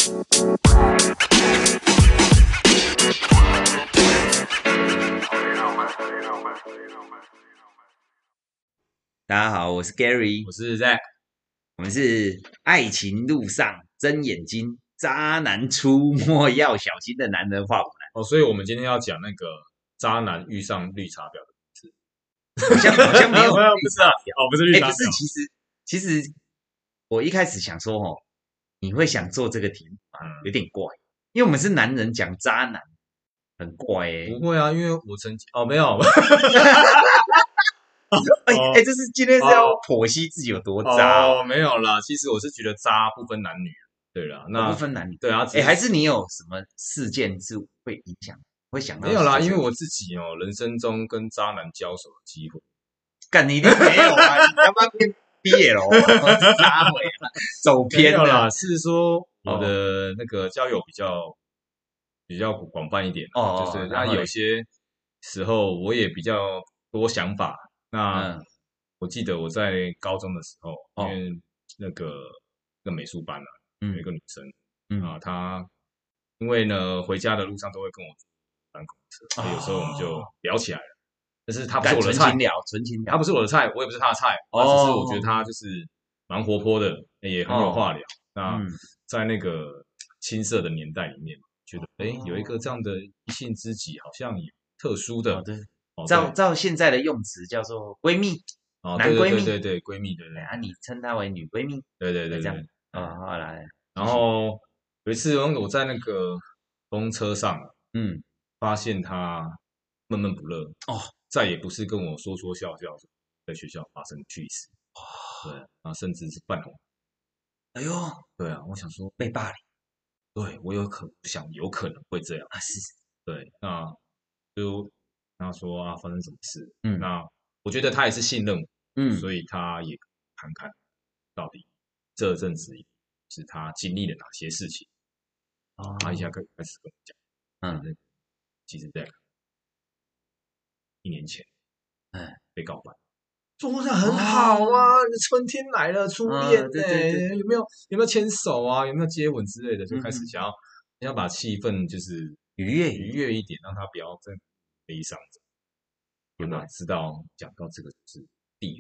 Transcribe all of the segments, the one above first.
大家好，我是 Gary， 我是 Zack。 我们是爱情路上睁眼睛，渣男出没要小心的男人话不哦，所以我们今天要讲那个渣男遇上绿茶婊的故事。 难，好像没有不是啊，不是绿茶婊， 不是，其实我一开始想说你会想做这个题目吗？有点怪，因为我们是男人讲渣男，很怪不会啊，因为我曾经没有。 这是今天是要剖析自己有多渣没有啦，其实我是觉得渣不分男女。对啦，那不分男女。 对啊， 还是你有什么事件是会影响，会想到？ 没有啦，因为我自己人生中跟渣男交手的机会， 干你一定没有啊！你他妈变BL，渣回了，走偏了啦。是说我的那个交友比较广泛一点，就是那有些时候我也比较多想法。那我记得我在高中的时候，因为那个美术班有一个女生，她因为呢回家的路上都会跟我搭公车，所以有时候我们就聊起来了。但是她不是我的菜， 纯情聊， 她不是我的菜，我也不是她的菜。只是我觉得她就是蛮活泼的，也很有话聊。那在那个青涩的年代里面，觉得有一个这样的一性知己，好像也特殊的。 照现在的用词叫做闺蜜，男闺蜜， 对闺蜜，对你称她为女闺蜜， 对这样后来， 然后有一次我在那个公车上，发现她闷闷不乐，再也不是跟我说说笑笑在学校发生趣事，对，然后甚至是泛红。 哎呦， 对啊，我想说被霸凌， 对我有可能会这样是， 对，那就跟他说发生什么事，那我觉得他也是信任我，所以他也看看到底这阵子是他经历了哪些事情，他一下开始跟我讲，其实在1年前，被告白。说那很好啊，春天来了，初恋有没有牵手啊？有没有接吻之类的？就开始想要把气氛就是愉悦一点，让他不要再悲伤。有哪知道讲到这个是地雷？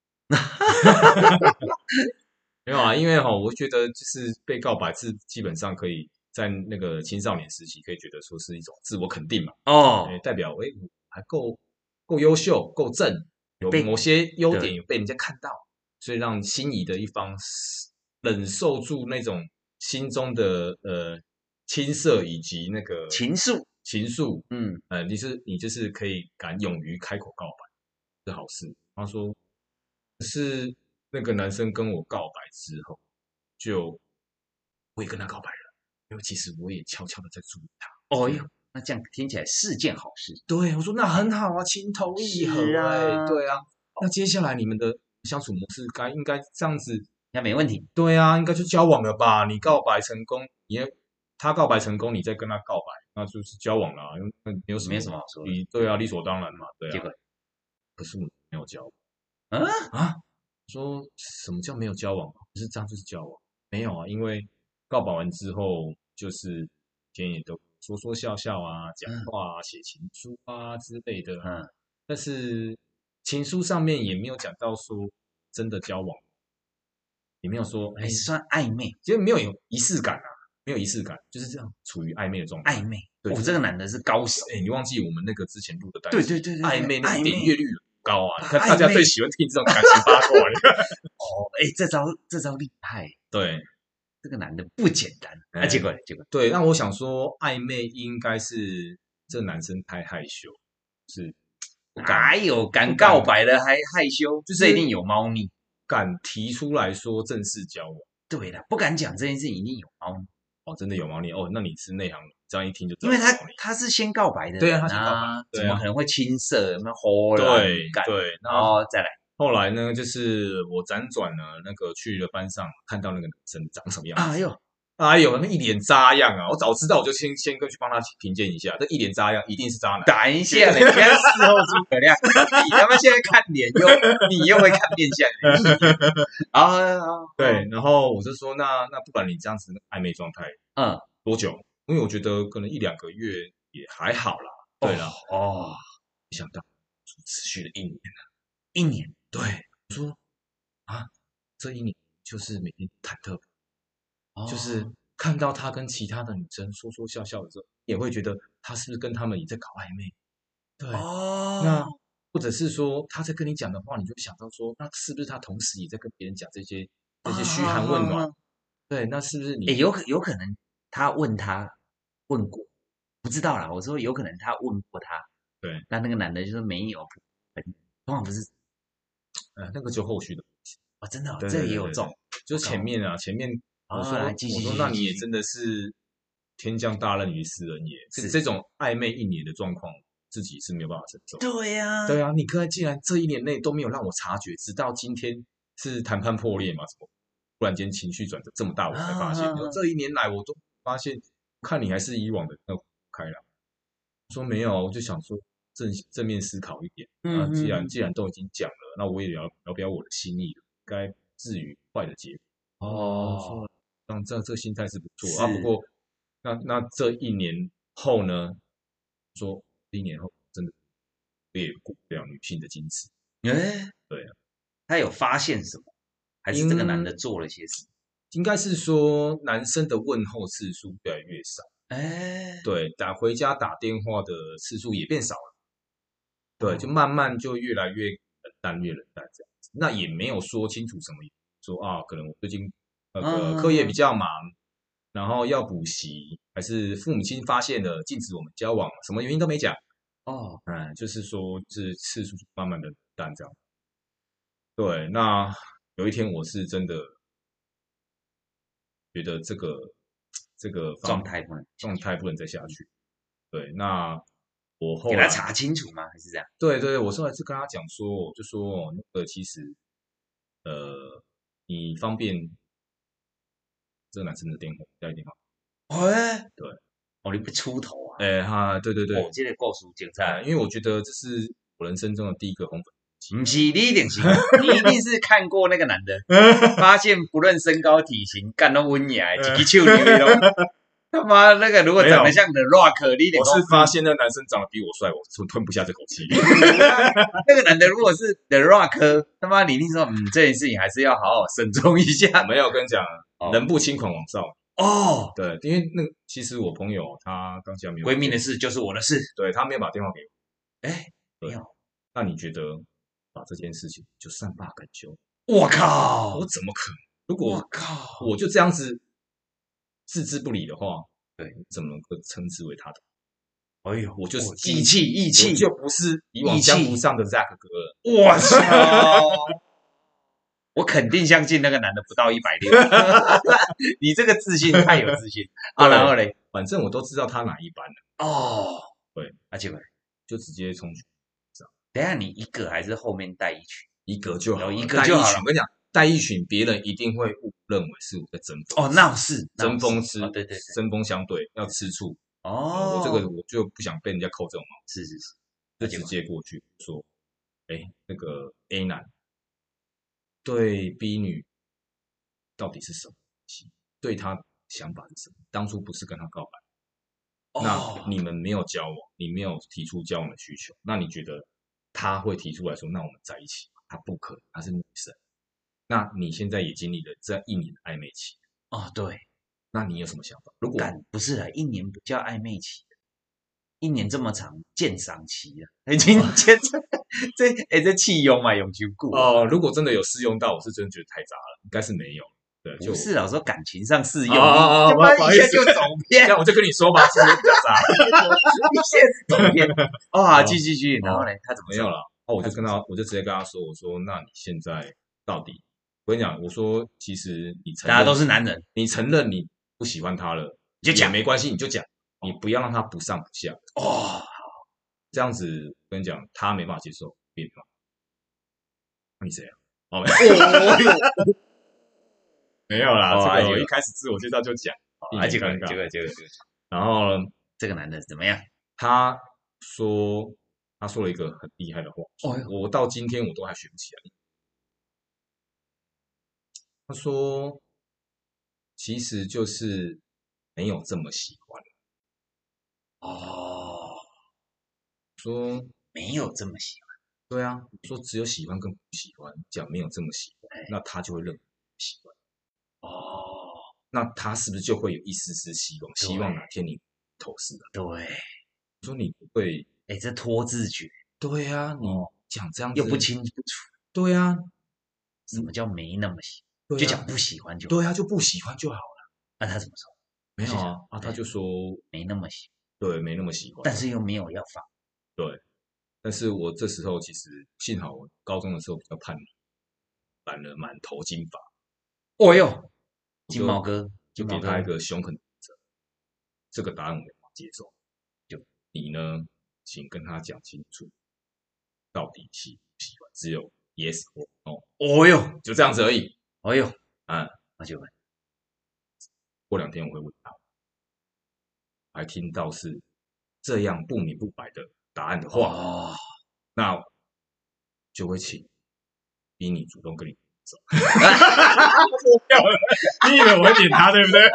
没有啊，因为我觉得就是被告白是基本上可以在那个青少年时期可以觉得说是一种自我肯定嘛。代表我还够优秀，够正。有某些优点有被人家看到，所以让心仪的一方忍受住那种心中的青涩以及那个情愫，你就是可以敢勇于开口告白是好事。他说，是那个男生跟我告白之后，我也跟他告白了，因为其实我也悄悄的在注意他。 那这样听起来是件好事。 对，我说那很好啊，情投意合对啊。那接下来你们的相处模式应该这样子，应该没问题。 对啊，应该就交往了吧？你告白成功，他告白成功，你再跟他告白，那就是交往了没什么好说的。对啊，理所当然嘛，对啊。可是我没有交往。说什么叫没有交往？不是这样就是交往？没有啊，因为告白完之后，就是天也都说说笑笑啊，讲话啊，写情书啊之类的。但是情书上面也没有讲到说真的交往，也没有说还是算暧昧， 其实没有仪式感啊，没有仪式感，就是这样处于暧昧的状态。 暧昧，这个男的是高手。 你忘记我们那个之前录的单对， 暧昧那点阅率高啊！看大家最喜欢听这种感情八卦。 这招厉害。 对， 这个男的不简单。结果对，那我想说，暧昧应该是这男生太害羞，是哪有敢告白的还害羞？就是一定有猫腻， 敢提出来说正式交往。 对的，不敢讲这件事一定有猫腻。 真的有猫腻那你是内行人，这样一听就知道。因为他是先告白的， 对啊，他先告白， 怎么可能会青涩？那火对， 然后再来。 后来呢，就是我辗转呢，那个去了班上，看到那个男生长什么样子。 哎呦，那一脸渣样啊！我早知道我就先去帮他评鉴一下，这一脸渣样一定是渣男。 等一下，你现在事后诸葛亮，你他妈现在看脸你又会看面相啊？ 对，然后我就说那不然你这样子暧昧状态，多久？因为我觉得可能1-2个月也还好啦。对啦，没想到持续了1年了 ，1年， 对，我说啊，这1年就是每天忐忑。就是看到他跟其他的女生说说笑笑的时候，也会觉得他是不是跟他们也在搞暧昧？对，那或者是说他在跟你讲的话，你就想到说，那是不是他同时也在跟别人讲这些嘘寒问暖？对，那是不是你？ 有可能他问过，不知道啦。我说有可能他问过他， 对， 那个男的就说没有，通常不是， 那个就后续的真的，这也有中， 就是前面我说那你也真的是天降大任于斯人也，这种暧昧1年的状况，自己是没有办法承受。 对呀， 对啊，你哥竟然这1年内都没有让我察觉，直到今天是谈判破裂嘛？怎么突然间情绪转折这么大，我才发现。这1年来我都发现，看你还是以往的那开朗。说没有，我就想说正面思考一点。既然都已经讲了，那我也聊表我的心意了，该至于坏的结果。这心态是不错啊。不过那这1年后呢？说1年后真的也顾不了女性的矜持。对啊， 他有发现什么？还是这个男的做了些什么？ 应该是说男生的问候次数越来越少。对，回家打电话的次数也变少了。对，就慢慢就越来越冷淡这样子。那也没有说清楚什么，说可能我最近课业比较忙，然后要补习，还是父母亲发现了禁止我们交往，什么原因都没讲。就是说是次数慢慢的冷淡这样。对，那有一天我是真的觉得这个状态不能再下去。对，那我后来给他查清楚吗？还是这样？ 对，我后来是跟他讲说，我就说那个其实你方便这个男生的电话家里电话？对， 你不出头啊？ 对， 我这个够熟精彩， 因为我觉得这是我人生中的第一个红粉。 不是，你一定是你一定是看过那个男的，发现不论身高体型，干到温雅，几个球你都他妈那个如果长得像 The Rock， 我是发现那男生长得比我帅，我吞不下这口气。 那个男的如果是 The Rock， 他妈你一定说，这件事情还是要好好慎重一下。 没有跟你讲，人不轻狂枉少。对，因为其实我朋友他刚讲没有闺蜜的事就是我的事， 对他没有把电话给我。 没有。 那你觉得把这件事情就善罢甘休？ 我靠！ 我怎么可能？如果我就这样子置之不理的话，对，怎么能够称之为他的？我就是义气， 我就不是以往江湖上的 Zack 哥了。我操！我肯定相信那个男的不到160。你这个自信太有自信。然后嘞， 反正我都知道他哪一班了。对， 而且就直接冲去。 等一下你一个还是后面带一群？ 一个就好， 一个就好了。 我跟你讲，带一群，别人一定会误认为是我在争锋。 那是针锋吃， 对， 针锋相对，要吃醋。我这个我就不想被人家扣这种毛。 是， 就直接过去说，那个 A 男对 B 女到底是什么？对他想法是什么？当初不是跟他告白，那你们没有交往，你没有提出交往的需求，那你觉得他会提出来说，那我们在一起？他不可能，她是女生。那你现在也经历了这1年的暧昧期。 对。 那你有什么想法？如果不是了，1年不叫暧昧期，1年这么长，鉴赏期了，已经这弃用嘛，永久固。 如果真的有试用到，我是真的觉得太渣了，应该是没有。对， 不是啦，我说感情上试用， 不好意思就走偏。 那我就跟你说吧，是比较渣， 一下子走偏。继续，然后呢，他怎么没有了？我就直接跟他说，我说那你现在到底？我跟你讲，我说其实你承认大家都是男人， 你承认你不喜欢他了， 就讲没关系，你就讲，你不要让他不上不下。好，这样子我跟你讲，他没办法接受，别嘛。那你谁啊？没有啦，这个我一开始自我介绍就讲， 结果， 然后这个男的怎么样？ 他说了一个很厉害的话，我到今天我都还学不起来。他说，其实就是没有这么喜欢。说没有这么喜欢。 对啊，说只有喜欢跟不喜欢，讲没有这么喜欢，那他就会认为喜欢。那他是不是就会有一丝丝希望哪天你投是的？ 对， 说你不会， 这拖字诀。 对啊，你讲这样子又不清不楚。 对啊， 什么叫没那么喜欢？就讲不喜欢就好。 对啊，就不喜欢就好了。 那他怎么说？ 没有啊，他就说没那么喜欢。 对，没那么喜欢， 但是又没有要放。 对，但是我这时候其实幸好我高中的时候比较叛逆，染了满头金发。 哦哟，金毛哥就给他一个凶狠的这个答案我没法接受。就你呢，请跟他讲清楚，到底喜不喜欢，只有 yes or no。 哦哟， 就这样子而已。 哦哟，那就问。 过2天我会问他，还听到是这样不明不白的答案的话，那就会请逼你主动跟你走。你以为我会点他对不对？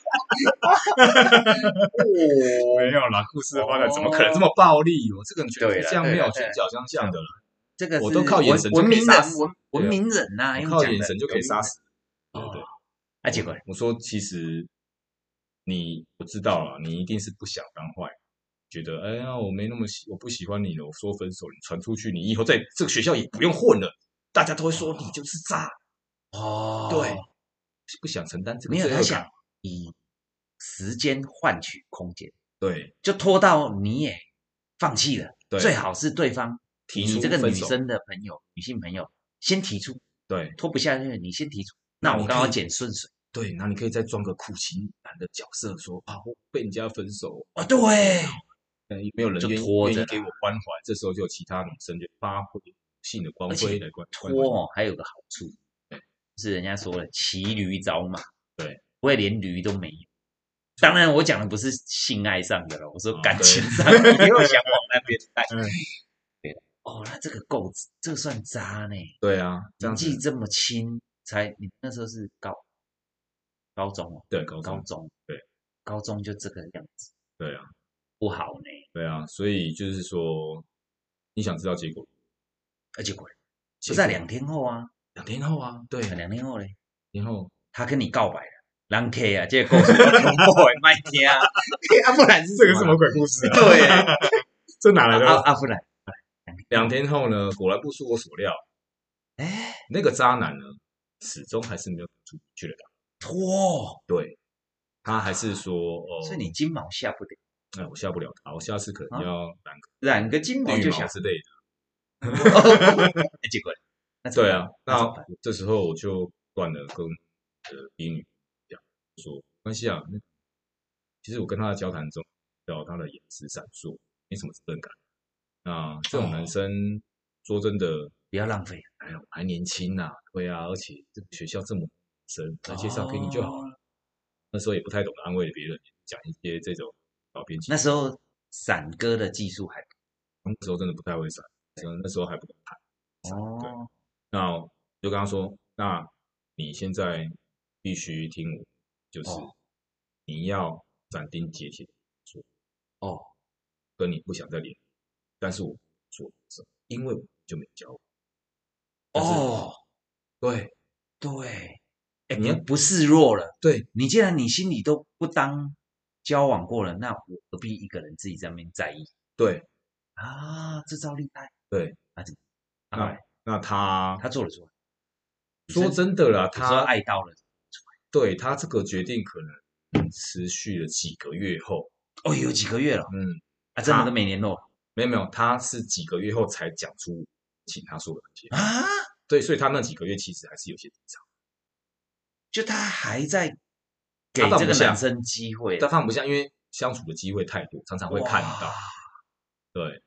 没有啦，故事的发展怎么可能这么暴力？我这个人觉得这样没有拳脚相向的了。 这个我都靠眼神就可以杀死文明人呐， 靠眼神就可以杀死。对不对？ 结果我说其实我知道了，你一定是不想当坏，觉得哎呀我不喜欢你了，我说分手，你传出去，你以后在这个学校也不用混了，大家都会说你就是渣。对，不想承担这个罪恶感。 没有，他想以时间换取空间。 对， 就拖到你也放弃了，最好是对方提出你这个女生的朋友、女性朋友先提出， 对， 拖不下去，你先提出，那我刚好捡顺水。 对，那你可以再装个苦情男的角色，说我被人家分手对， 没有人愿意给我关怀，这时候就有其他女生就发挥性的光辉来关怀。 拖还有个好处，是人家说的骑驴找马， 对， 不会连驴都没有。当然，我讲的不是性爱上的了，我说感情上，你又想往那边带。对，那这个够，这个算渣呢。 对啊， 年纪这么轻，你那时候是高中哦。 对， 高中， 对， 高中就这个样子。 对啊， 不好呢。 对啊，所以就是说，你想知道结果？ 结果就在2天后啊。 2天后啊，对 ，2天后嘞。 然后他跟你告白了。人客啊，这个故事我听过的，别听啊！不然是这个什么鬼故事啊？ 对， 这哪来的？ 不然 2天后呢？果然不出我所料，那个渣男呢，始终还是没有出去的拖。 对，他还是说所以你金毛下不了。 我下不了他，我下次可能要染个金毛就下之类的。 结果对啊，那这时候我就断了跟B女讲说，没关系啊。其实我跟他的交谈中，到他的眼神闪烁，没什么责任感。那这种男生，说真的， 不要浪费。 哎呀，还年轻呐，对啊，而且这个学校这么深，再介绍给你就好了。那时候也不太懂得安慰别人，讲一些这种小编。 那时候闪歌的技术还， 那时候真的不太会闪，那时候还不懂弹。对，那我就跟他说，那你现在必须听我，就是你要斩钉截铁说，跟你不想再联络，但是我说什么，因为我就没交往。对， 你不示弱了。 对， 你既然你心里都不当交往过了，那我何必一个人自己在那边在意？ 对啊，这招厉害。 对，那他做了出来。 说真的啦，他爱到了。 对他这个决定可能持续了几个月后。 有几个月了。真的都没联络。 没有，他是几个月后才讲出请他说的那些啊。对，所以他那几个月其实还是有些正常。 就他还在给这个男生机会， 他放不下，因为相处的机会太多，常常会看到。对，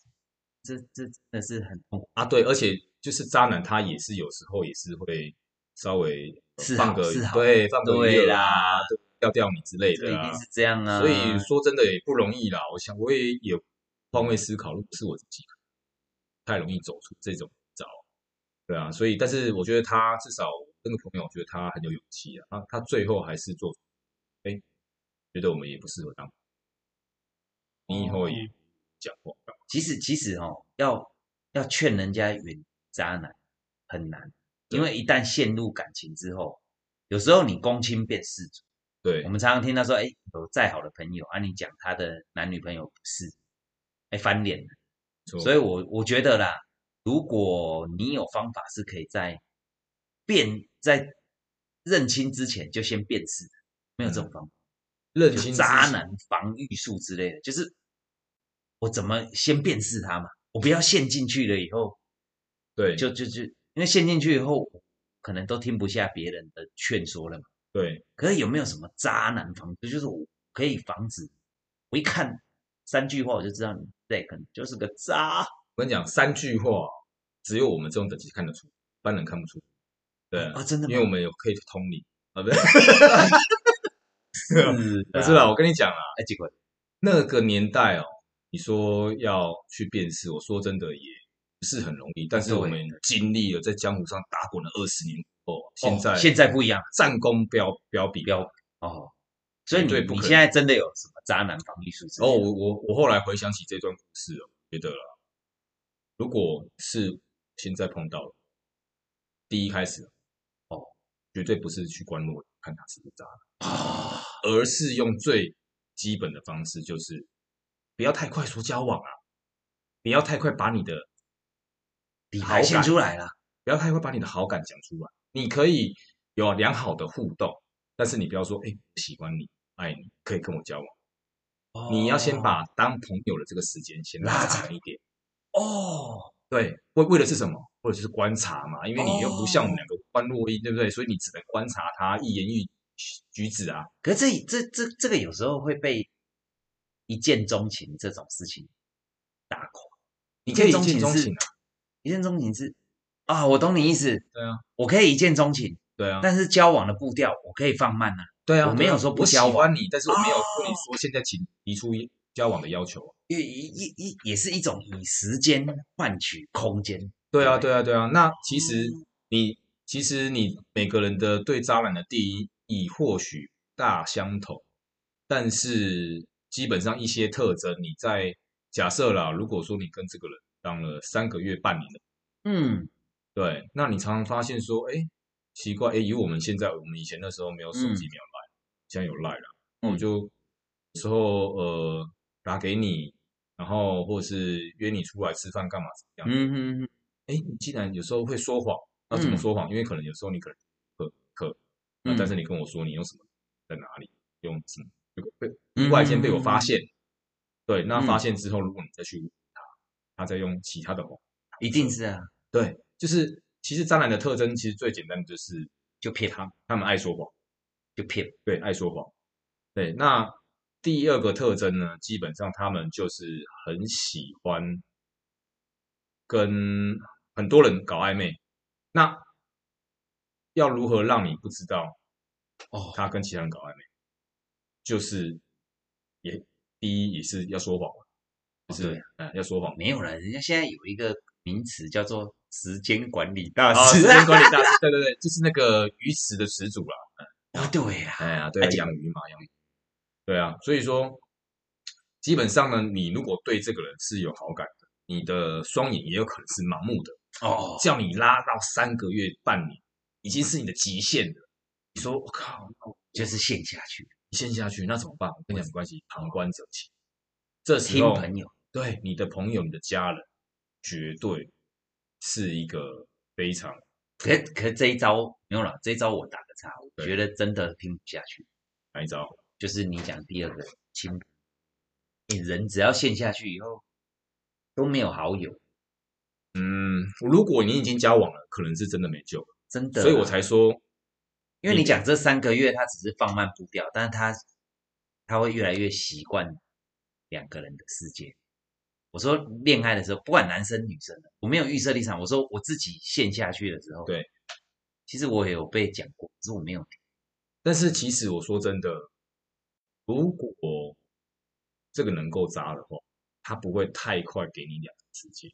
这真的是很痛苦啊。对，而且就是渣男，他也是有时候也是会稍微放个放个对啦， 吊你之类的一定是这样啊。 所以说真的也不容易啦。我想我也换位思考，如果是我自己，太容易走出这种招。对啊，所以但是我觉得他至少那个朋友，我觉得他很有勇气啊。他最后还是做，觉得我们也不适合当。你以后也讲话。 其实要劝人家远渣男很难，因为一旦陷入感情之后，有时候你公亲变世主。 对， 我们常常听到说，有再好的朋友啊，你讲他的男女朋友不是，翻脸了。所以我觉得啦，如果你有方法是可以在认清之前就先辨识，没有这种方法。 认清渣男防御术之类的，就是我怎么先辨识他嘛？我不要陷进去了以后， 对， 就因为陷进去以后，可能都听不下别人的劝说了嘛。 对， 可是有没有什么渣男防御？就是我可以防止，我一看3句话我就知道你这可能就是个渣。 我跟你讲，3句话只有我们这种等级看得出，一般人看不出。对啊，真的吗？ 因为我们可以通灵啊，不是。 是， 不是啦，我跟你讲啊， 结果那个年代哦，你说要去辨识，我说真的也不是很容易。但是我们经历了在江湖上打滚了20年后，现在不一样， 战功彪比哦。所以你现在真的有什么渣男防御术？ 哦，我后来回想起这段故事哦，觉得啦，如果是现在碰到了，第一开始绝对不是去关落看他是不是渣男而是用最基本的方式，就是不要太快说交往啊，不要太快把你的好感出来了， 不要太快把你的好感讲出来。你可以有良好的互动，但是你不要说，我喜欢你，爱你，可以跟我交往。你要先把当朋友的这个时间先拉长一点。对，为的是什么？或者就是观察嘛，因为你又不像我们两个关落音，对不对？所以你只能观察他一言一举止啊。 可是这个有时候会被一见钟情这种事情打垮。 你可以一见钟情啊， 一见钟情是啊，我懂你意思。 对啊， 我可以一见钟情， 对啊， 但是交往的步调我可以放慢啊。 对啊， 我没有说不交往， 我喜欢你，但是我没有跟你说现在请提出交往的要求。 也是一种以时间换取空间。 对啊。那其实你每个人的对渣男的定义或许大相同，但是基本上一些特征，你在假设啦，如果说你跟这个人当了3个月、半年的，对，那你常常发现说，奇怪，以我们以前那时候没有手机没有 Line，现在有 Line 了，我就有时候打给你。然后或者是约你出来吃饭干嘛这样？你既然有时候会说谎，那怎么说谎？因为可能有时候你可能课，但是你跟我说你用什么在哪里用什么，被意外间被我发现。对，那发现之后，如果你再去问他再用其他的谎， 一定是啊。 对，就是其实渣男的特征其实最简单的就骗他们爱说谎， 就骗， 对，爱说谎。对，那第二个特征呢，基本上他们就是很喜欢跟很多人搞暧昧。那要如何让你不知道他跟其他人搞暧昧？就是第一也是要说谎，就是要说谎。 没有了，人家现在有一个名词叫做时间管理大师。 时间管理大师，对，就是那个鱼池的始祖啦。 对呀， 对，养鱼嘛，养鱼。对啊，所以说基本上呢，你如果对这个人是有好感的，你的双眼也有可能是盲目的叫你拉到3个月、半年，已经是你的极限了。你说我靠， 就是陷下去， 那怎么办？我跟你讲没关系，旁观者清。这时候听朋友， 对你的朋友、你的家人，绝对是一个非常。 可这一招没有了，这一招我打个叉，我觉得真的听不下去。 哪一招？ 就是你讲第二个亲，人只要陷下去以后都没有好友。 如果你已经交往了，可能是真的没救了， 真的。 所以我才说， 因为你讲这3个月他只是放慢步调，但是他会越来越习惯2个人的世界。我说恋爱的时候，不管男生女生，我没有预设立场。我说我自己陷下去的时候， 对， 其实我也有被讲过，可是我没有听。 但是其实我说真的，如果这个能够渣的话，他不会太快给你2个时间，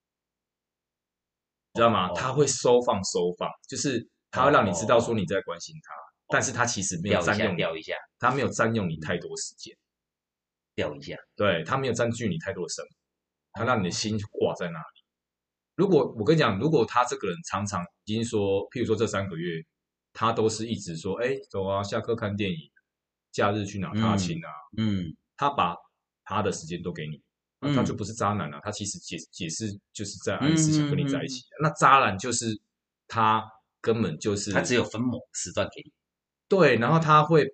知道吗？他会收放，就是他会让你知道说你在关心他，但是他其实没有占用掉一下， 他没有占用你太多时间， 掉一下， 对，他没有占据你太多的生活，他让你的心挂在那里。如果我跟你讲，如果他这个人常常已经说，譬如说这3个月，他都是一直说，哎，走啊，下课看电影，假日去哪踏青啊，他把他的时间都给你，那他就不是渣男了，他其实解释就是在暗示想跟你在一起。那渣男就是他根本就是他只有分某时段给你， 对，然后他会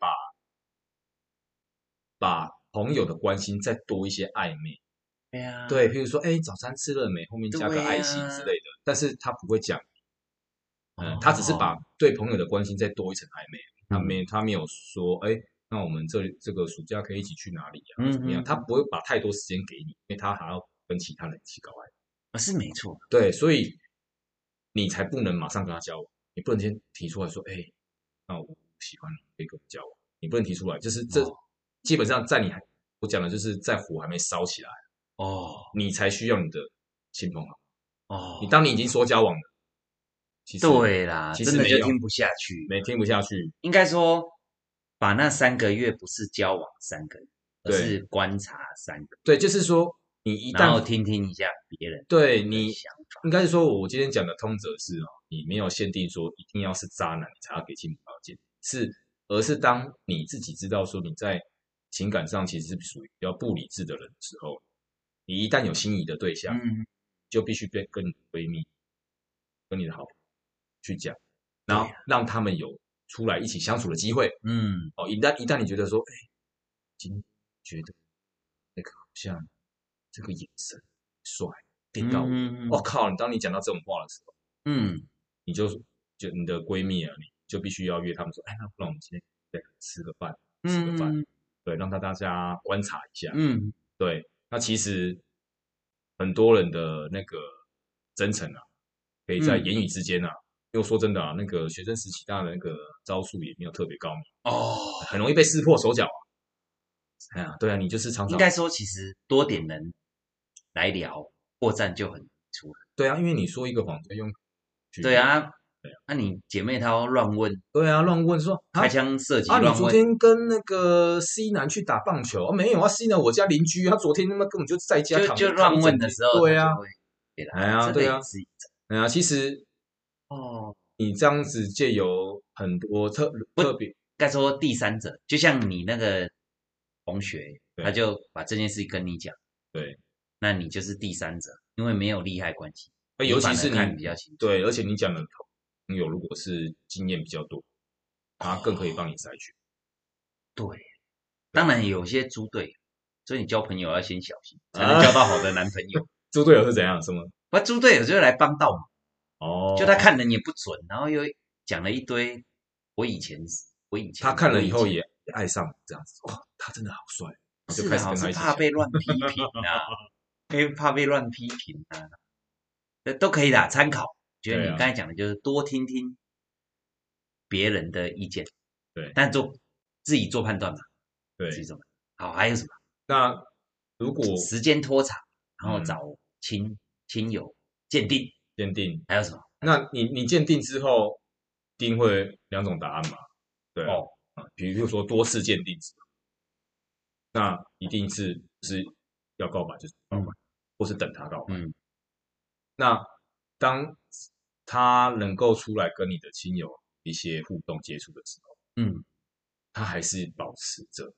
把朋友的关心再多一些暧昧。 对啊， 对，譬如说，哎，早餐吃了没？后面加个爱心之类的，但是他不会讲，他只是把对朋友的关心再多一层暧昧，他没有说，哎，那我们这个暑假可以一起去哪里呀？怎么样？他不会把太多时间给你，因为他还要跟其他人一起搞暧昧。 是没错， 对，所以你才不能马上跟他交往，你不能先提出来说，哎，那我喜欢你，可以跟我交往，你不能提出来，就是这基本上在我讲的就是在火还没烧起来。你才需要你的亲朋好友。当你已经说交往了，其实对啦，真的就听不下去， 听不下去。 应该说，把那3个月不是交往3个月，而是观察3个月。 对，就是说你一旦然后听一下别人对你想法，应该是说我今天讲的通则是你没有限定说一定要是渣男你才要给亲朋好友建议，而是当你自己知道说你在情感上其实是属于比较不理智的人的时候。你一旦有心仪的对象，就必须跟你的闺蜜、跟你的好朋友去讲，然后让他们有出来一起相处的机会。一旦你觉得说，哎，今天觉得那个好像这个眼神帅，电到我，靠！当你讲到这种话的时候，你就你的闺蜜啊，你就必须要约他们说，哎，那不然我们今天再吃个饭，对，让大家观察一下，对。那其实很多人的那个真诚啊，可以在言语之间啊。因为说真的啊，那个学生时期大的那个招数也没有特别高明很容易被识破手脚啊。哎呀，对啊，你就是常常应该说，其实多点人来聊，破绽就很出来。 对啊，因为你说一个谎就用对啊。那你姐妹她乱问， 对啊，乱问说开枪射击乱问。 你昨天跟那个 C 男去打棒球？没有啊 ，C 男我家邻居，他昨天他妈根本就在家躺就乱问的时候， 对啊， 哎呀， 对啊，哎呀，其实你这样子借由很多特别， 该说第三者，就像你那个同学，他就把这件事跟你讲， 对， 那你就是第三者，因为没有利害关系， 尤其是你比较清楚， 对，而且你讲的朋友如果是经验比较多，他更可以帮你筛选。 对，当然有些猪队，所以你交朋友要先小心，才能交到好的男朋友。 猪队友是怎样？什么？ 猪队友就是来帮倒忙，就他看人也不准，然后又讲了一堆我以前他看了以后也爱上这样子，哇，他真的好帅，就开始跟他一起怕被乱批评啊，怕被乱批评啊，都可以的，参考。觉得你刚才讲的就是多听听别人的意见， 对， 但自己做判断嘛， 对， 自己做。好，还有什么？ 那如果时间拖长，然后找亲友鉴定，还有什么？ 那你鉴定之后，一定会2种答案嘛？对比如说多次鉴定之后，那一定是要告白就是告白，或是等他告白。那当他能够出来跟你的亲友一些互动接触的时候，他还是保持着，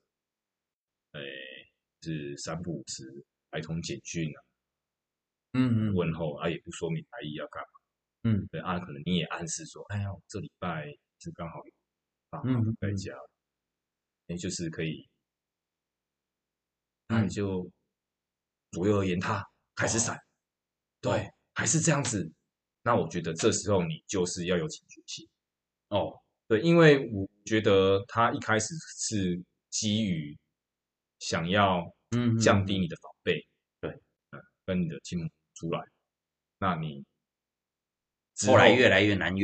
是3不5时来通简讯啊，问候啊，也不说明来意要干嘛，对啊，可能你也暗示说，哎呀，这礼拜是刚好有爸妈在家，就是可以，那你就左右而言他，开始闪，对，还是这样子。那我觉得这时候你就是要有警觉性对，因为我觉得他一开始是基于想要降低你的防备，对，跟你的亲朋出来，那你后来越来越难约，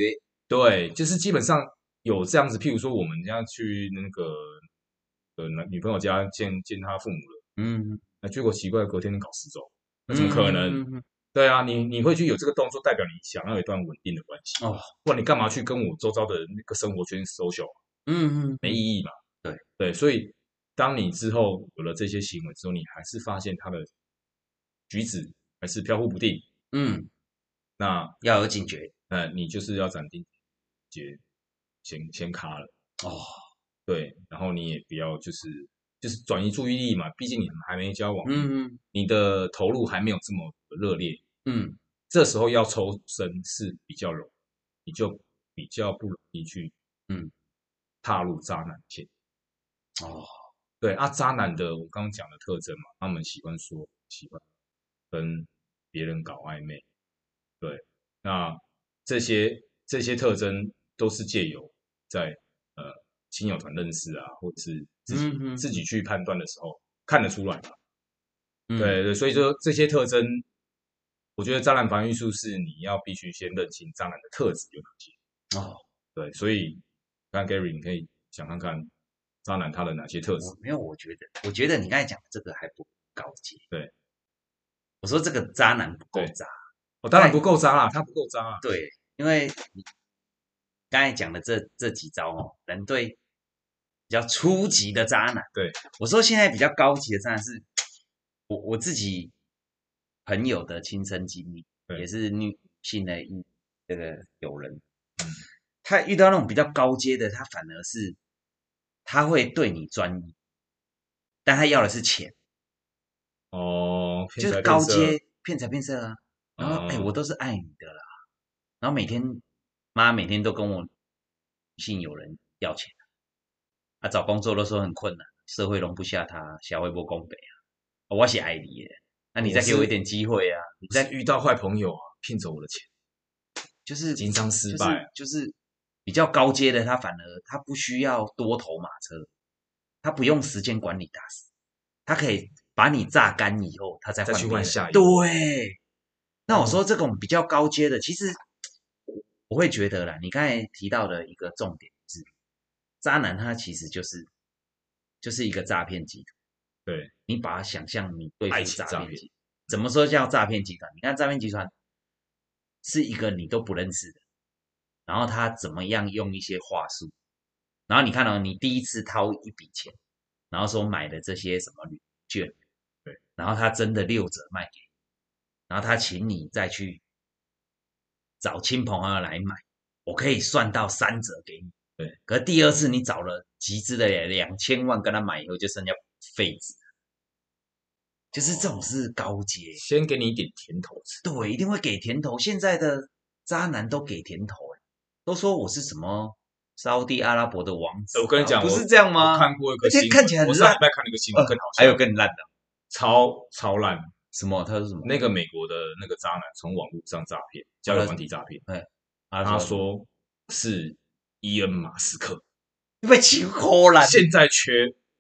对，就是基本上有这样子，譬如说我们要去那个女朋友家见她父母了，那结果奇怪，隔天你搞失踪，那怎么可能？对啊，你会去有这个动作，代表你想要有一段稳定的关系哦，不然你干嘛去跟我周遭的那个生活圈 social？没意义嘛。对，所以当你之后有了这些行为之后，你还是发现他的举止还是飘忽不定，那要有警觉， 你就是要斩钉截先卡了哦。对，然后你也不要就是转移注意力嘛，毕竟你们还没交往，你的投入还没有这么热烈，这时候要抽身是比较容易，你就比较不容易去踏入渣男线。哦，对啊，渣男的我刚刚讲的特征嘛，他们喜欢跟别人搞暧昧，对，那这些特征都是借由在亲友团认识啊，或者是自己去判断的时候看得出来嘛。对对，所以说这些特征，我觉得渣男防御术是你要必须先认清渣男的特质有哪些。哦，对，所以刚 Gary 你可以想看看渣男他的哪些特质。 没有，我觉得你刚才讲的这个还不高阶。 对， 我说这个渣男不够渣。 当然不够渣啦，他不够渣啊。 对，因为你刚才讲的这几招哦，能对比较初级的渣男。 对， 我说现在比较高级的渣男是，我自己朋友的亲身经历，也是女性的这个友人，他遇到那种比较高阶的，他反而是他会对你专一，但他要的是钱。 哦， 就是高阶骗财骗色啊。然后我都是爱你的啦。然后每天都跟我女性友人要钱啊，找工作都说很困难，社会容不下他，社会不公平啊。我是爱你的，那你再给我一点机会啊！ 你再遇到坏朋友啊，骗走我的钱， 就是经商失败， 就是比较高阶的，他反而他不需要多头马车，他不用时间管理大师，他可以把你榨干以后，他再去换下一个。对，那我说这种比较高阶的，其实我会觉得啦，你刚才提到的一个重点是，渣男他其实就是一个诈骗集团。 对， 你把它想象你对付诈骗集团，怎么说叫诈骗集团？你看诈骗集团是一个你都不认识的，然后他怎么样用一些话术，然后你看到你第一次掏一笔钱，然后说买的这些什么旅券， 对， 然后他真的6折卖给你，然后他请你再去找亲朋好友来买，我可以算到3折给你。 对， 可是第二次你找了集资的2000万跟他买以后，就剩下废纸。就是这种是高阶， 先给你一点甜头吃。 对，一定会给甜头。现在的渣男都给甜头，都说我是什么沙地阿拉伯的王子。 我跟你讲， 不是这样吗？ 我看过一个新闻， 看起来很烂。 我上礼拜看那个新闻更好笑， 还有更烂的， 超烂。 什么？他说什么？ 那个美国的那个渣男从网络上诈骗，交友团体诈骗。他说是伊恩马斯克， 被请哭了。 现在缺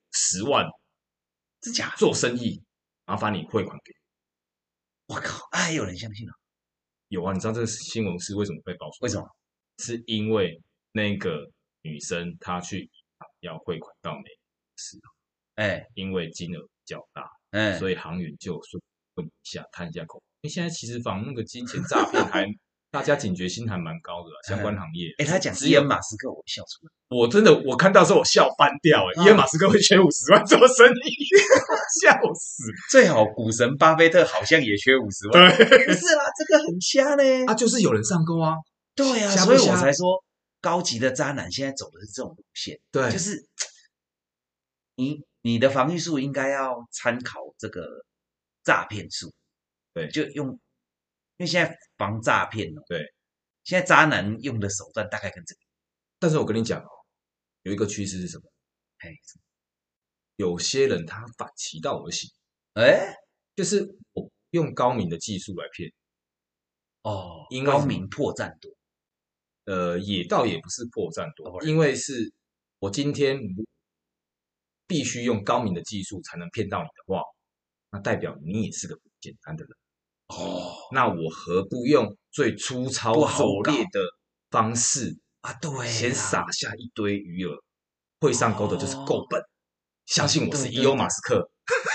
10万， 真假？ 做生意，麻烦你汇款给我。我靠，还有人相信啊？ 有啊，你知道这个新闻是为什么被爆出来？ 为什么？ 是因为那个女生她去银行要汇款到美国时，因为金额比较大，所以行员就说问一下探一下口，因为现在其实防那个金钱诈骗还大家警觉心还蛮高的，相关行业。 他讲伊恩马斯克，我笑出来。 我真的我看到时候我笑翻掉，伊恩马斯克会缺50万做生意，笑死！ 最好股神巴菲特好像也缺50万，对，不是啦，这个很瞎呢。 就是有人上钩啊， 对啊，所以我才说高级的渣男现在走的是这种路线， 对， 就是你的防御术应该要参考这个诈骗术， 对， 就用，因为现在防诈骗对， 现在渣男用的手段大概跟这个， 但是我跟你讲有一个趋势是什么？有些人他反其道而行，就是我用高明的技术来骗， 高明破绽多， 也倒也不是破绽多，因为是我今天必须用高明的技术才能骗到你的话，那代表你也是个不简单的人。那我何不用最粗糙拙劣的方式啊，对， 先撒下一堆鱼饵，会上钩的就是够笨。相信我是伊欧马斯克，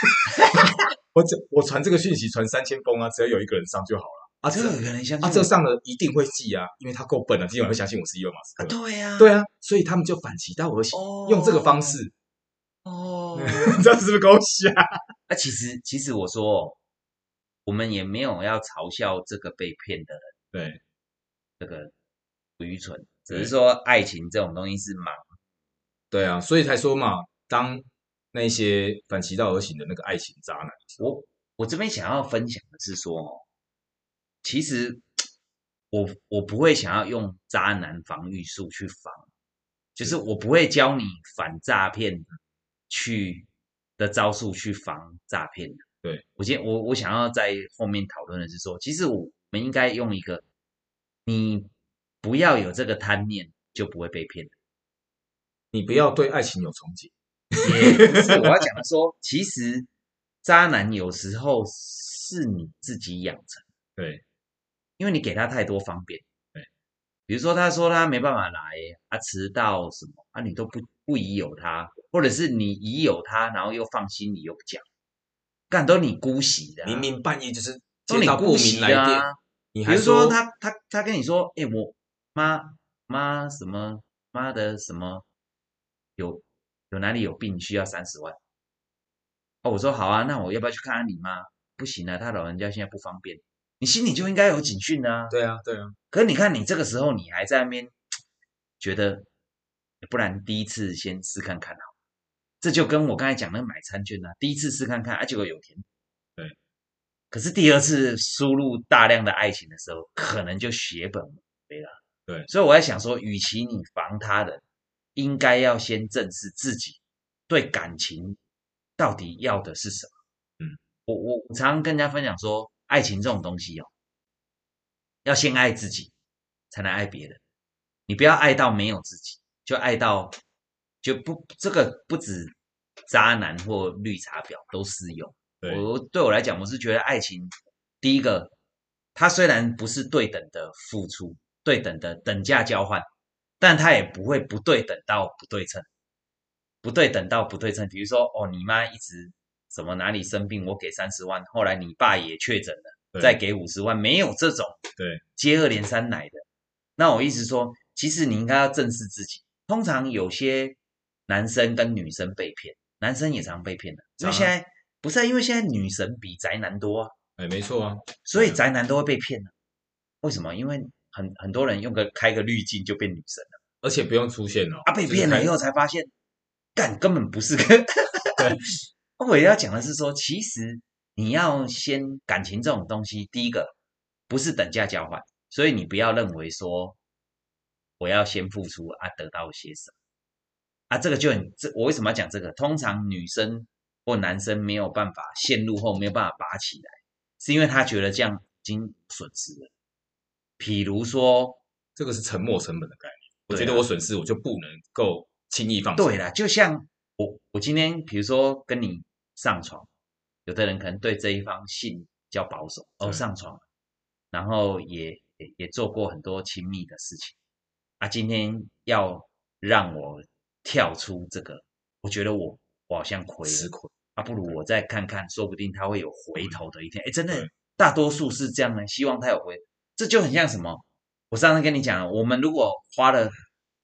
我传这个讯息传3000封啊，只要有一个人上就好了啊， 只有一个人相信啊，这上了一定会记啊，因为他够笨了，基本会相信我是伊欧马斯克。 对呀， 对啊，所以他们就反其道而行，用这个方式。这样是不是够瞎？ 啊，其实我说，我们也没有要嘲笑这个被骗的人， 对， 这个不愚蠢，只是说爱情这种东西是盲。 对啊，所以才说嘛，当那些反其道而行的那个爱情渣男， 我这边想要分享的是说，其实我不会想要用渣男防御术去防，就是我不会教你反诈骗的招数去防诈骗的。 对， 我想要在后面讨论的是说，其实我们应该用一个，你不要有这个贪念，就不会被骗。 你不要对爱情有憧憬。 也不是，我要讲的说，其实渣男有时候是你自己养成， 对， 因为你给他太多方便。 对， 比如说他说他没办法来，啊迟到什么啊，你都不疑有他，或者是你疑有他，然后又放心里又不讲，干都你姑息的、啊， 明明半夜就是都你姑息的啊。 你还比如说他跟你说，我妈什么妈的什么有哪里有病需要30万。哦，我说好啊，那我要不要去看看你妈？不行啊，他老人家现在不方便。你心里就应该有警讯啊。 对啊，对啊。 可是你看，你这个时候你还在那边觉得，不然第一次先试看看好。这就跟我刚才讲那个买餐券啊，第一次试看看，结果有甜。 对。 可是第二次输入大量的爱情的时候，可能就血本无归了。 对。 所以我在想说，与其你防他人，应该要先正视自己对感情到底要的是什么。我常常跟人家分享说，爱情这种东西要先爱自己，才能爱别人。你不要爱到没有自己，就爱到这个不止渣男或绿茶婊都适用。对我来讲，我是觉得爱情第一个，它虽然不是对等的付出，对等的等价交换，但它也不会不对等到不对称。不对等到不对称，比如说你妈一直什么哪里生病，我给30万，后来你爸也确诊了，再给50万，没有这种接二连三来的。那我意思说，其实你应该要正视自己。通常有些男生跟女生被骗，男生也常被骗的，因为现在不是因为现在女神比宅男多啊， 没错啊， 所以宅男都会被骗的。为什么？因为很多人开个滤镜就变女神了， 而且不用出现了被骗了以后才发现。根本不是个。对，我要讲的是说，其实你要先感情这种东西，第一个不是等价交换，所以你不要认为说我要先付出得到些什么这个就我为什么要讲这个？通常女生或男生没有办法陷入后没有办法拔起来，是因为他觉得这样已经损失了。譬如说， 这个是沉没成本的概念。我觉得我损失我就不能够轻易放手。对啦，就像我今天比如说跟你上床，有的人可能对这一方性比较保守，上床，然后也做过很多亲密的事情今天要让我跳出这个，我觉得我好像亏了不如我再看看，说不定他会有回头的一天。真的大多数是这样的，希望他有回头。这就很像什么？我上次跟你讲，我们如果花了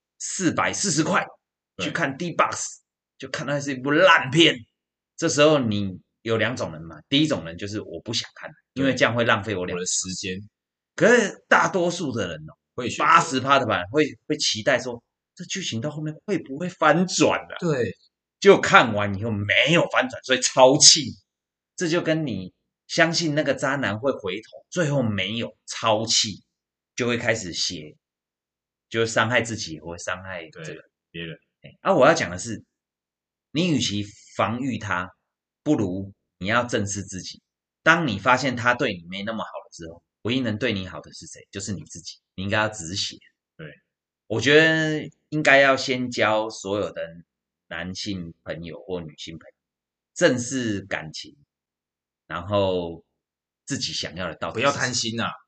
440块去看 D-Box， 就看到是一部烂片，这时候你有2种人嘛，第一种人就是我不想看，因为这样会浪费我的时间。 可是大多数的人80%的版会期待说，这剧情到后面会不会翻转啊？ 对， 就看完以后没有翻转，所以超气。这就跟你相信那个渣男会回头，最后没有，超气，就会开始写，就伤害自己或伤害这个别人。 我要讲的是，你与其防御他，不如你要正视自己。当你发现他对你没那么好了之后，唯一能对你好的是谁？就是你自己。你应该要止血。 对， 我觉得应该要先教所有的男性朋友或女性朋友正视感情，然后自己想要的到底不要贪心啊。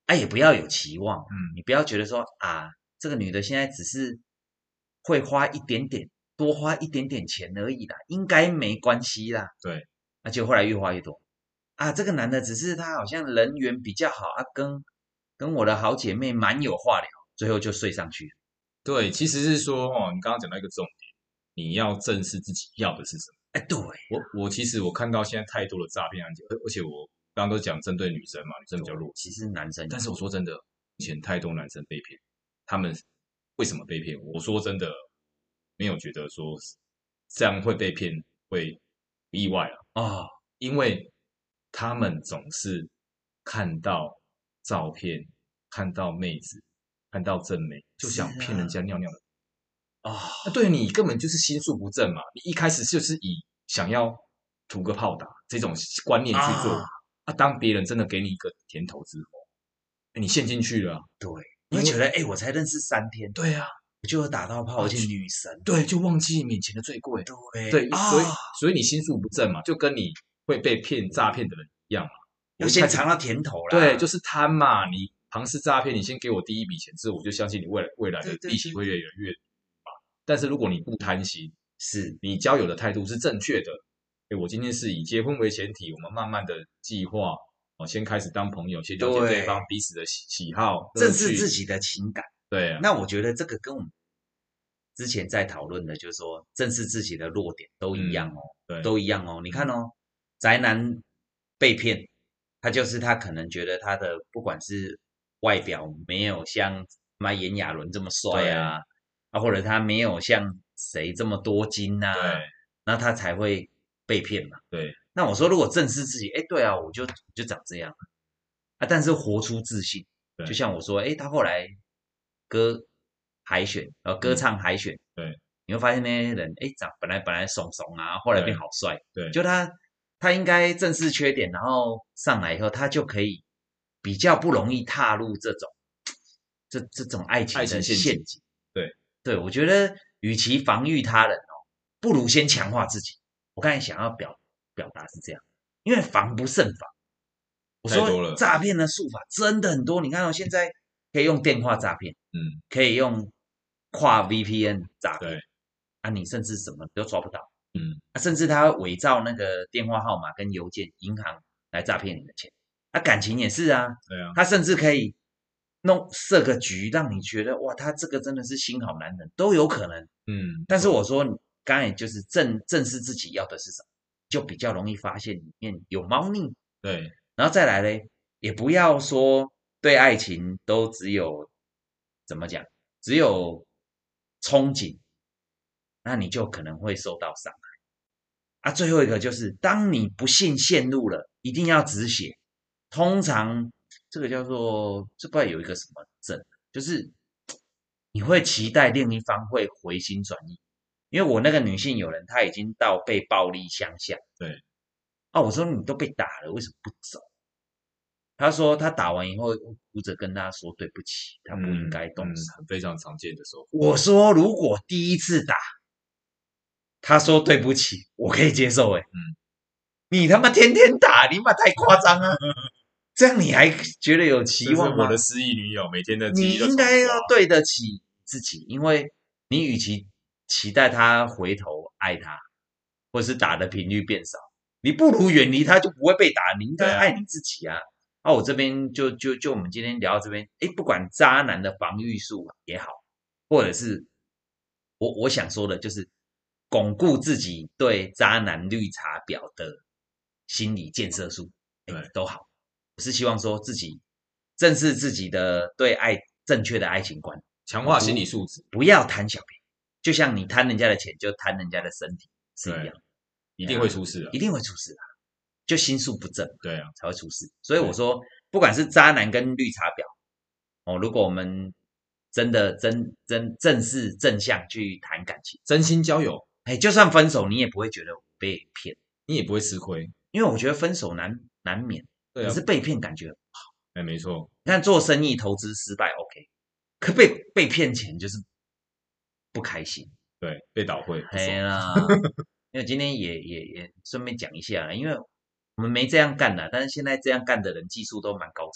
也不要有期望，你不要觉得说这个女的现在只是会花一点点，多花一点点钱而已啦，应该没关系啦。 对， 就后来越花越多这个男的只是他好像人缘比较好跟我的好姐妹蛮有话聊，最后就睡上去了。 对，其实是说你刚刚讲到一个重点，你要正视自己要的是什么。 对， 我其实我看到现在太多的诈骗案件，而且我刚刚都讲针对女生嘛，女生比较弱势， 其实男生， 但是我说真的，以前太多男生被骗，他们为什么被骗？我说真的，没有觉得说这样会被骗会意外因为他们总是看到照片，看到妹子，看到正妹，就想骗人家尿尿的。那对你根本就是心术不正嘛！你一开始就是以想要图个炮打这种观念去做当别人真的给你一个甜头之后，你陷进去了。 对，你会觉得我才认识3天， 对啊， 我就打到炮，而且女神， 对，就忘记眼前的最贵， 对所以你心术不正嘛，就跟你会被骗诈骗的人一样嘛， 我先尝到甜头啦。 对，就是贪嘛，你庞氏诈骗，你先给我第一笔钱之后，我就相信你未来的利息会越来越但是如果你不贪心， 是你交友的态度是正确的，我今天是以结婚为前提，我们慢慢的计划先开始当朋友，先了解对方彼此的喜好， 正视自己的情感。 对那我觉得这个跟我们之前在讨论的，就是说正视自己的弱点都一样对， 都一样你看宅男被骗，他可能觉得他的不管是外表没有像炎亚纶这么帅或者他没有像谁这么多金那他才会被骗嘛。 对， 那我说如果正视自己，对啊，我就长这样但是活出自信，就像我说，他后来歌海选歌唱海选， 对， 你会发现那些人长本来怂怂后来变好帅， 对， 就他应该正视缺点，然后上来以后，他就可以比较不容易踏入这种爱情的陷阱。对，我觉得与其防御他人不如先强化自己。我刚才想要表达是这样，因为防不胜防。我说诈骗的术法真的很多，你看现在可以用电话诈骗，可以用跨 VPN 诈骗，你甚至什么都抓不到，甚至他伪造那个电话号码跟邮件、银行来诈骗你的钱。感情也是对啊， 他甚至可以设个局，让你觉得哇，他这个真的是心好男人，都有可能。但是我说刚才就是正视自己要的是什么，就比较容易发现里面有猫腻。 对， 然后再来嘞，也不要说对爱情都只有怎么讲，只有憧憬，那你就可能会受到伤害。最后一个就是，当你不幸陷入了，一定要止血。通常这个叫做，这不知道有一个什么症，就是你会期待另一方会回心转意。因为我那个女性友人，她已经到被暴力相向。 对。 我说你都被打了，为什么不走？他说他打完以后哭着跟他说对不起，他不应该动手。 非常常见的时候。 我说如果第一次打，他说对不起，我可以接受。你他妈天天打，你妈太夸张了。这样你还觉得有期望吗？ 我的失忆女友每天的你应该要对得起自己，因为你与其期待他回头爱他，或是打的频率变少，你不如远离他，就不会被打。你应该爱你自己啊！我这边就我们今天聊到这边，不管渣男的防御术也好，或者是我想说的就是巩固自己对渣男绿茶婊的心理建设术，都好。我是希望说自己正视自己的对爱正确的爱情观， 强化心理素质， 不要贪小便宜。就像你贪人家的钱，就贪人家的身体是一样， 一定会出事一定会出事就心术不正， 对啊， 才会出事。所以我说，不管是渣男跟绿茶婊，如果我们真的正视正向去谈感情， 真心交友， 就算分手，你也不会觉得被骗， 你也不会吃亏， 因为我觉得分手难免，可是被骗感觉很好。 没错。 你看做生意投资失败 OK， 可被骗钱就是不开心， 对，被倒会， 啦。因为今天也顺便讲一下，因为我们没这样干的，但是现在这样干的人技术都蛮高超的。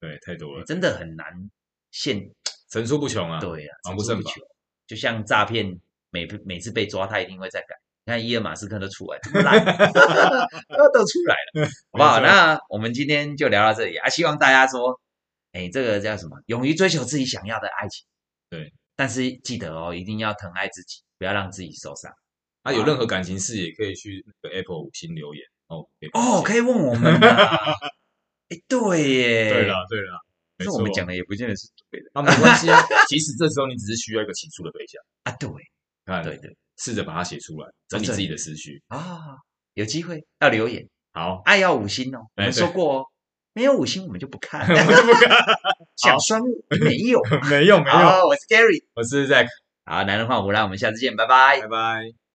对，太多了， 真的很难层出不穷啊。 对啊， 防不胜防。 就像诈骗，每次被抓，他一定会再改。你看伊尔马斯克都出来，这么烂，都出来了，好不好？那我们今天就聊到这里啊，希望大家说，这个叫什么？勇于追求自己想要的爱情。 对， 但是记得哦，一定要疼爱自己，不要让自己受伤。 有任何感情事也可以去那个 Apple 5星留言可以问我们啊。对耶， 对了， 但是我们讲的也不见得是对的。 没关系啊，其实这时候你只是需要一个倾诉的对象啊。对， 看，对，试着把它写出来，整理自己的思绪啊。有机会要留言， 好， 爱要5星哦。我们说过哦，没有5星我们就不看， 我们就不看。 想酸没有， 没有。 好，我是 Gary， 我是 Zack， 好，男人换我，让我们下次见，拜拜， 拜拜。